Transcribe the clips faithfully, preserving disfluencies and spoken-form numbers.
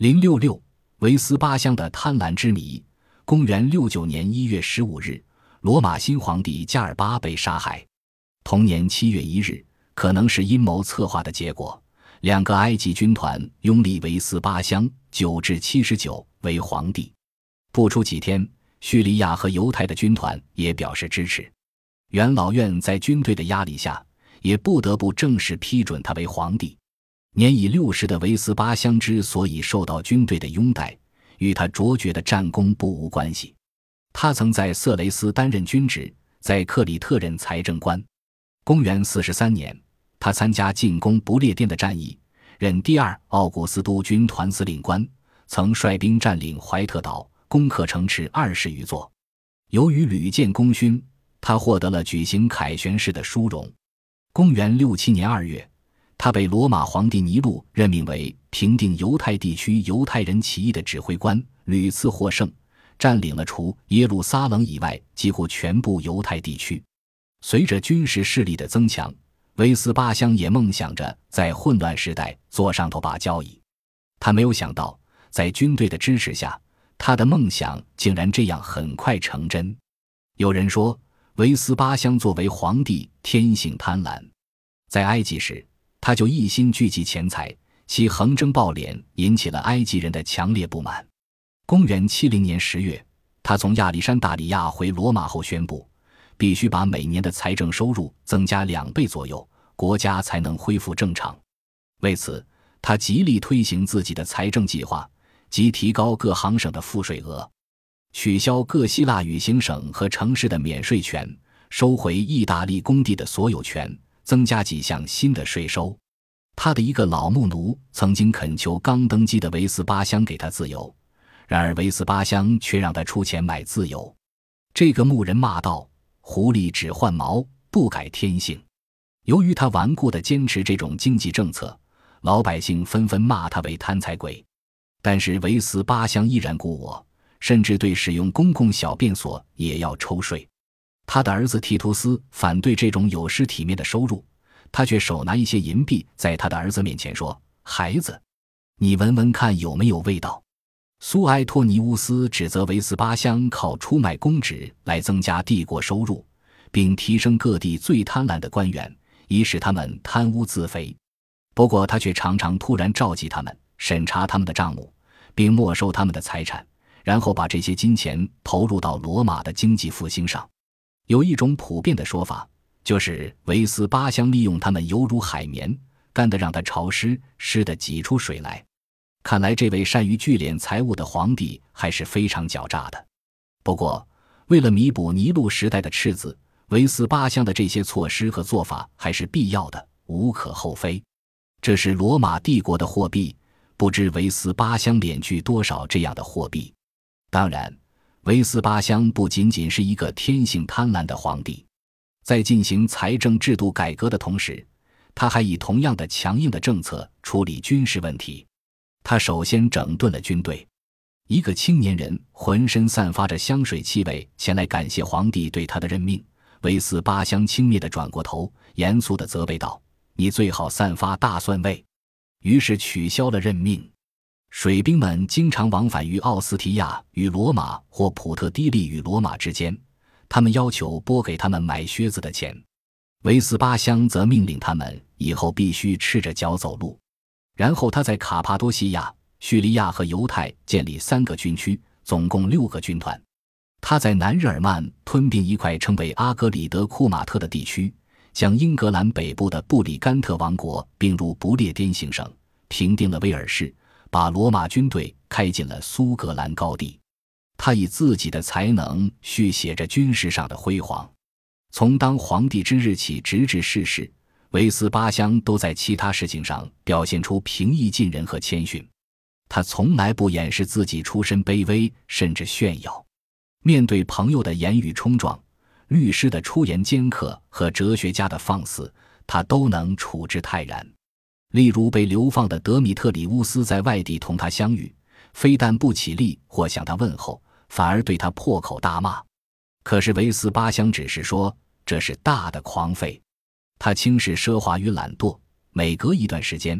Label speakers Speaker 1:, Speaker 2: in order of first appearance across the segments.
Speaker 1: 零六六维斯巴乡的贪婪之谜。公元六九年一月十五日，罗马新皇帝加尔巴被杀害。同年七月一日，可能是阴谋策划的结果，两个埃及军团拥立维斯巴乡九至七十九为皇帝。不出几天，叙利亚和犹太的军团也表示支持。元老院在军队的压力下，也不得不正式批准他为皇帝。年已六十的维斯巴乡之所以受到军队的拥戴，与他卓绝的战功不无关系。他曾在色雷斯担任军职，在克里特任财政官。公元四十三年，他参加进攻不列颠的战役，任第二奥古斯都军团司令官，曾率兵占领怀特岛，攻克城池二十余座。由于屡建功勋，他获得了举行凯旋式的殊荣。公元六七年二月，他被罗马皇帝尼禄任命为平定犹太地区犹太人起义的指挥官，屡次获胜，占领了除耶路撒冷以外几乎全部犹太地区。随着军事势力的增强，维斯巴乡也梦想着在混乱时代坐上头把交椅。他没有想到，在军队的支持下，他的梦想竟然这样很快成真。有人说，维斯巴乡作为皇帝天性贪婪，在埃及时他就一心聚集钱财，其横征暴敛引起了埃及人的强烈不满。公元七零年十月，他从亚历山大里亚回罗马后宣布，必须把每年的财政收入增加两倍左右，国家才能恢复正常。为此，他极力推行自己的财政计划，即提高各行省的赋税额，取消各希腊语行省和城市的免税权，收回意大利工地的所有权，增加几项新的税收。他的一个老牧奴曾经恳求刚登基的维斯巴乡给他自由，然而维斯巴乡却让他出钱买自由。这个牧人骂道：狐狸只换毛，不改天性。由于他顽固地坚持这种经济政策，老百姓纷纷骂他为贪财鬼。但是维斯巴乡依然故我，甚至对使用公共小便所也要抽税。他的儿子提图斯反对这种有失体面的收入，他却手拿一些银币在他的儿子面前说：孩子，你闻闻看有没有味道。苏埃托尼乌斯指责维斯巴乡靠出卖公职来增加帝国收入，并提升各地最贪婪的官员，以使他们贪污自肥。不过他却常常突然召集他们，审查他们的账目，并没收他们的财产，然后把这些金钱投入到罗马的经济复兴上。有一种普遍的说法，就是维斯巴乡利用他们犹如海绵，干得让它潮湿，湿得挤出水来。看来这位善于聚敛财物的皇帝还是非常狡诈的。不过，为了弥补尼禄时代的赤字，维斯巴乡的这些措施和做法还是必要的，无可厚非。这是罗马帝国的货币，不知维斯巴乡敛去多少这样的货币。当然，维斯巴乡不仅仅是一个天性贪婪的皇帝，在进行财政制度改革的同时，他还以同样的强硬的政策处理军事问题。他首先整顿了军队。一个青年人浑身散发着香水气味前来感谢皇帝对他的任命，维斯巴乡轻蔑地转过头，严肃地责备道：你最好散发大蒜味。于是取消了任命。水兵们经常往返于奥斯提亚与罗马或普特低利与罗马之间，他们要求拨给他们买靴子的钱。维斯巴乡则命令他们以后必须赤着脚走路。然后他在卡帕多西亚、叙利亚和犹太建立三个军区，总共六个军团。他在南日耳曼吞并一块称为阿格里德库马特的地区，将英格兰北部的布里甘特王国并入不列颠行省，平定了威尔士，把罗马军队开进了苏格兰高地。他以自己的才能续写着军事上的辉煌。从当皇帝之日起直至逝世，维斯巴乡都在其他事情上表现出平易近人和谦逊。他从来不掩饰自己出身卑微，甚至炫耀。面对朋友的言语冲撞，律师的出言尖刻和哲学家的放肆，他都能处之泰然。例如被流放的德米特里乌斯在外地同他相遇，非但不起立或向他问候，反而对他破口大骂。可是维斯巴乡只是说，这是大的狂吠。他轻视奢华与懒惰，每隔一段时间，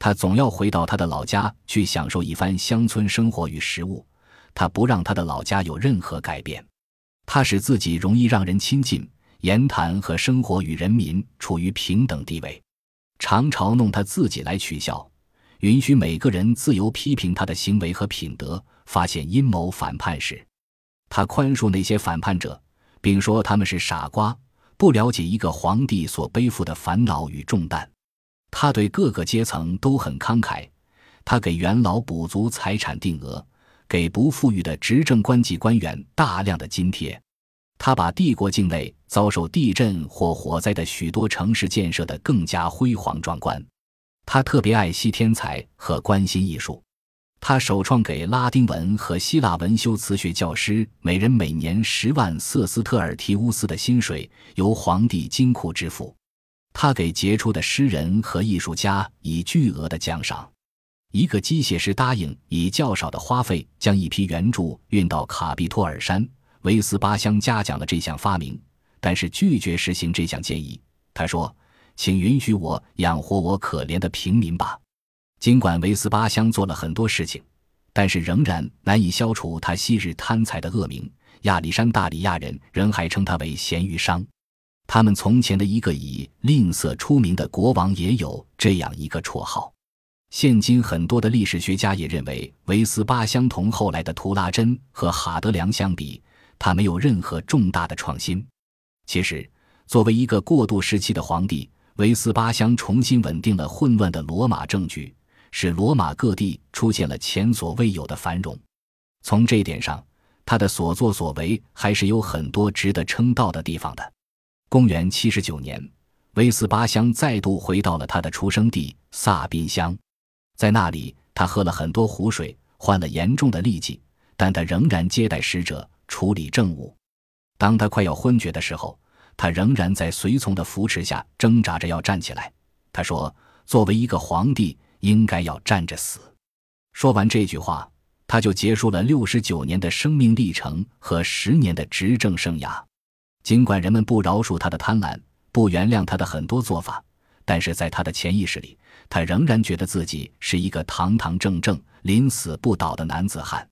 Speaker 1: 他总要回到他的老家去享受一番乡村生活与食物，他不让他的老家有任何改变。他使自己容易让人亲近，言谈和生活与人民处于平等地位，常嘲弄他自己来取笑，允许每个人自由批评他的行为和品德，发现阴谋反叛时，他宽恕那些反叛者，并说他们是傻瓜，不了解一个皇帝所背负的烦恼与重担。他对各个阶层都很慷慨，他给元老补足财产定额，给不富裕的执政官级官员大量的津贴。他把帝国境内遭受地震或火灾的许多城市建设得更加辉煌壮观。他特别爱惜天才和关心艺术。他首创给拉丁文和希腊文修辞学教师每人每年十万瑟斯特尔提乌斯的薪水，由皇帝金库支付。他给杰出的诗人和艺术家以巨额的奖赏。一个机械师答应以较少的花费将一批原著运到卡比托尔山，维斯巴乡嘉奖了这项发明，但是拒绝实行这项建议。他说：请允许我养活我可怜的平民吧。尽管维斯巴乡做了很多事情，但是仍然难以消除他昔日贪财的恶名。亚历山大里亚人仍还称他为咸鱼商。他们从前的一个以吝啬出名的国王也有这样一个绰号。现今很多的历史学家也认为，维斯巴乡同后来的图拉真和哈德良相比，他没有任何重大的创新。其实，作为一个过渡时期的皇帝，维斯巴乡重新稳定了混乱的罗马政局，使罗马各地出现了前所未有的繁荣。从这一点上，他的所作所为还是有很多值得称道的地方的。公元七十九年，维斯巴乡再度回到了他的出生地萨宾乡。在那里，他喝了很多湖水，患了严重的痢疾，但他仍然接待使者，处理政务。当他快要昏厥的时候，他仍然在随从的扶持下挣扎着要站起来。他说，作为一个皇帝，应该要站着死。说完这句话，他就结束了六十九年的生命历程和十年的执政生涯。尽管人们不饶恕他的贪婪，不原谅他的很多做法，但是在他的潜意识里，他仍然觉得自己是一个堂堂正正、临死不倒的男子汉。